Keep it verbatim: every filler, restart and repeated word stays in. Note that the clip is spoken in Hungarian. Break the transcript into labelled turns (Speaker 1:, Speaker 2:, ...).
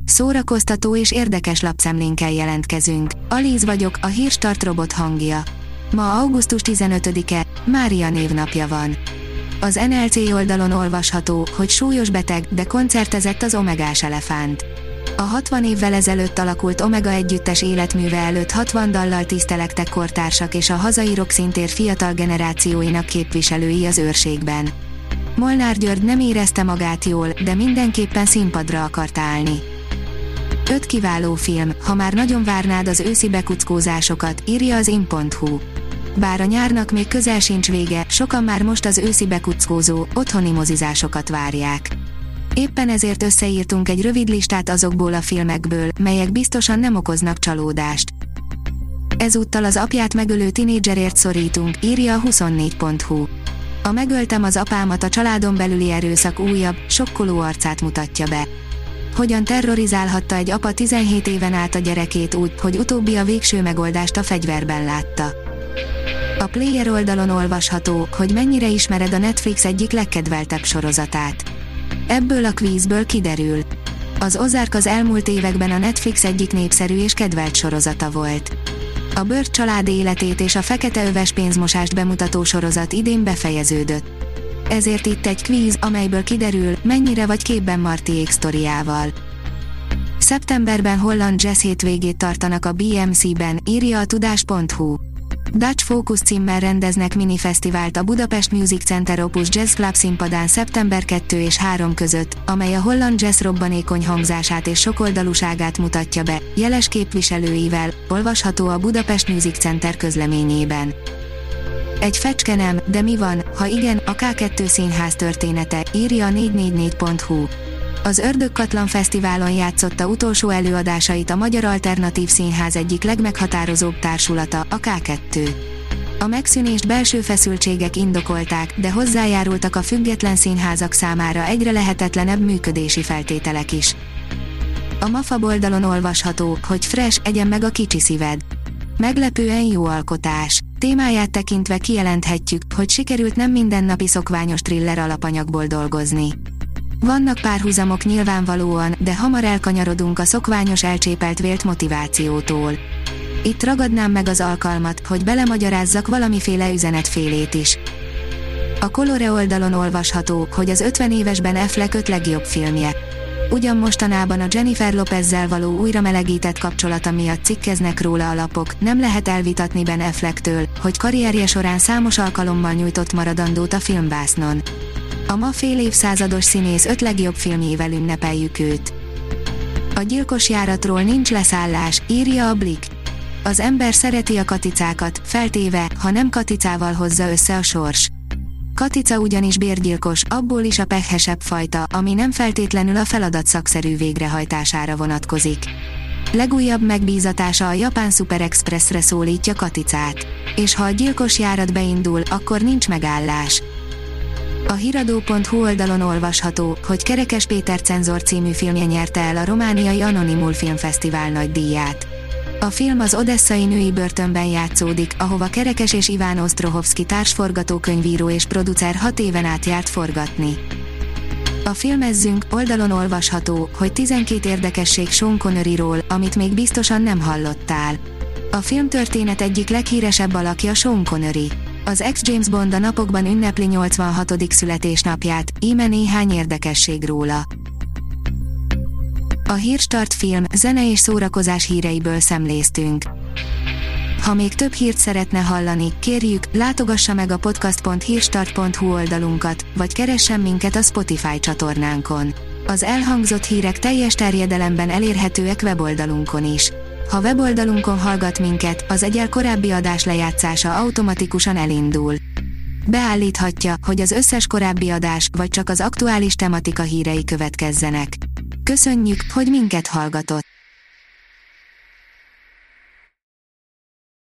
Speaker 1: Szórakoztató és érdekes lapszemlénkkel jelentkezünk. Alíz vagyok, a Hírstart robot hangja. Ma augusztus tizenötödike, Mária névnapja van. Az en el cé oldalon olvasható, hogy súlyos beteg, de koncertezett az Omegás elefánt. A hatvan évvel ezelőtt alakult Omega együttes életműve előtt hatvan dallal tisztelektek kortársak és a hazai rockszintér fiatal generációinak képviselői az őrségben. Molnár György nem érezte magát jól, de mindenképpen színpadra akart állni. öt kiváló film, ha már nagyon várnád az őszi bekuckózásokat, írja az in pont hu. Bár a nyárnak még közel sincs vége, sokan már most az őszi bekuckózó, otthoni mozizásokat várják. Éppen ezért összeírtunk egy rövid listát azokból a filmekből, melyek biztosan nem okoznak csalódást. Ezúttal az apját megölő tinédzserért szorítunk, írja a huszonnégy pont hu. A Megöltem az apámat a családon belüli erőszak újabb, sokkoló arcát mutatja be. Hogyan terrorizálhatta egy apa tizenhét éven át a gyerekét úgy, hogy utóbbi a végső megoldást a fegyverben látta. A Player oldalon olvasható, hogy mennyire ismered a Netflix egyik legkedveltebb sorozatát. Ebből a kvízből kiderül. Az Ozark az elmúlt években a Netflix egyik népszerű és kedvelt sorozata volt. A Burt család életét és a feketeöves pénzmosást bemutató sorozat idén befejeződött. Ezért itt egy kvíz, amelyből kiderül, mennyire vagy képben Martyék sztoriával. Szeptemberben holland jazz hétvégét tartanak a bé em cé-ben, írja a tudás pont hu. Dutch Focus címmel rendeznek minifesztivált a Budapest Music Center Opus Jazz Club színpadán szeptember kettő és három között, amely a holland jazz robbanékony hangzását és sokoldalúságát mutatja be, jeles képviselőivel, olvasható a Budapest Music Center közleményében. Egy fecske nem, de mi van, ha igen, a ká kettő színház története, írja a négy négy négy pont hu. Az Ördögkatlan Fesztiválon játszotta utolsó előadásait a Magyar Alternatív Színház egyik legmeghatározóbb társulata, a ká kettő. A megszűnést belső feszültségek indokolták, de hozzájárultak a független színházak számára egyre lehetetlenebb működési feltételek is. A MAFA oldalon olvasható, hogy Fresh, egyen meg a kicsi szíved. Meglepően jó alkotás. Témáját tekintve kijelenthetjük, hogy sikerült nem mindennapi szokványos thriller alapanyagból dolgozni. Vannak párhuzamok nyilvánvalóan, de hamar elkanyarodunk a szokványos elcsépelt vélt motivációtól. Itt ragadnám meg az alkalmat, hogy belemagyarázzak valamiféle üzenetfélét is. A Colore oldalon olvasható, hogy az ötven éves Ben Affleck öt legjobb filmje. Ugyan mostanában a Jennifer Lopezzel való újra melegített kapcsolata miatt cikkeznek róla a lapok, nem lehet elvitatni Ben Afflecktől, hogy karrierje során számos alkalommal nyújtott maradandót a filmvásznon. A ma fél évszázados színész öt legjobb filmjével ünnepeljük őt. A gyilkos járatról nincs leszállás, írja a Blick. Az ember szereti a katicákat, feltéve, ha nem katicával hozza össze a sors. Katica ugyanis bérgyilkos, abból is a pehhesebb fajta, ami nem feltétlenül a feladat szakszerű végrehajtására vonatkozik. Legújabb megbízatása a japán Super Expressre szólítja Katicát. És ha a gyilkos járat beindul, akkor nincs megállás. A hiradó pont hu oldalon olvasható, hogy Kerekes Péter Cenzor című filmje nyerte el a romániai Anonimul Filmfesztivál nagydíját. A film az odesszai női börtönben játszódik, ahova Kerekes és Iván Osztrohovszky társforgatókönyvíró és producer hat éven át járt forgatni. A Filmezzünk oldalon olvasható, hogy tizenkét érdekesség Sean Conneryról, amit még biztosan nem hallottál. A filmtörténet egyik leghíresebb alakja Sean Connery. Az ex-James Bond a napokban ünnepli nyolcvanhatodik születésnapját, íme néhány érdekesség róla. A Hírstart film, zene és szórakozás híreiből szemléztünk. Ha még több hírt szeretne hallani, kérjük, látogassa meg a podcast pont hírstart pont hu oldalunkat, vagy keressen minket a Spotify csatornánkon. Az elhangzott hírek teljes terjedelemben elérhetőek weboldalunkon is. Ha weboldalunkon hallgat minket, az egyel korábbi adás lejátszása automatikusan elindul. Beállíthatja, hogy az összes korábbi adás, vagy csak az aktuális tematika hírei következzenek. Köszönjük, hogy minket hallgatott!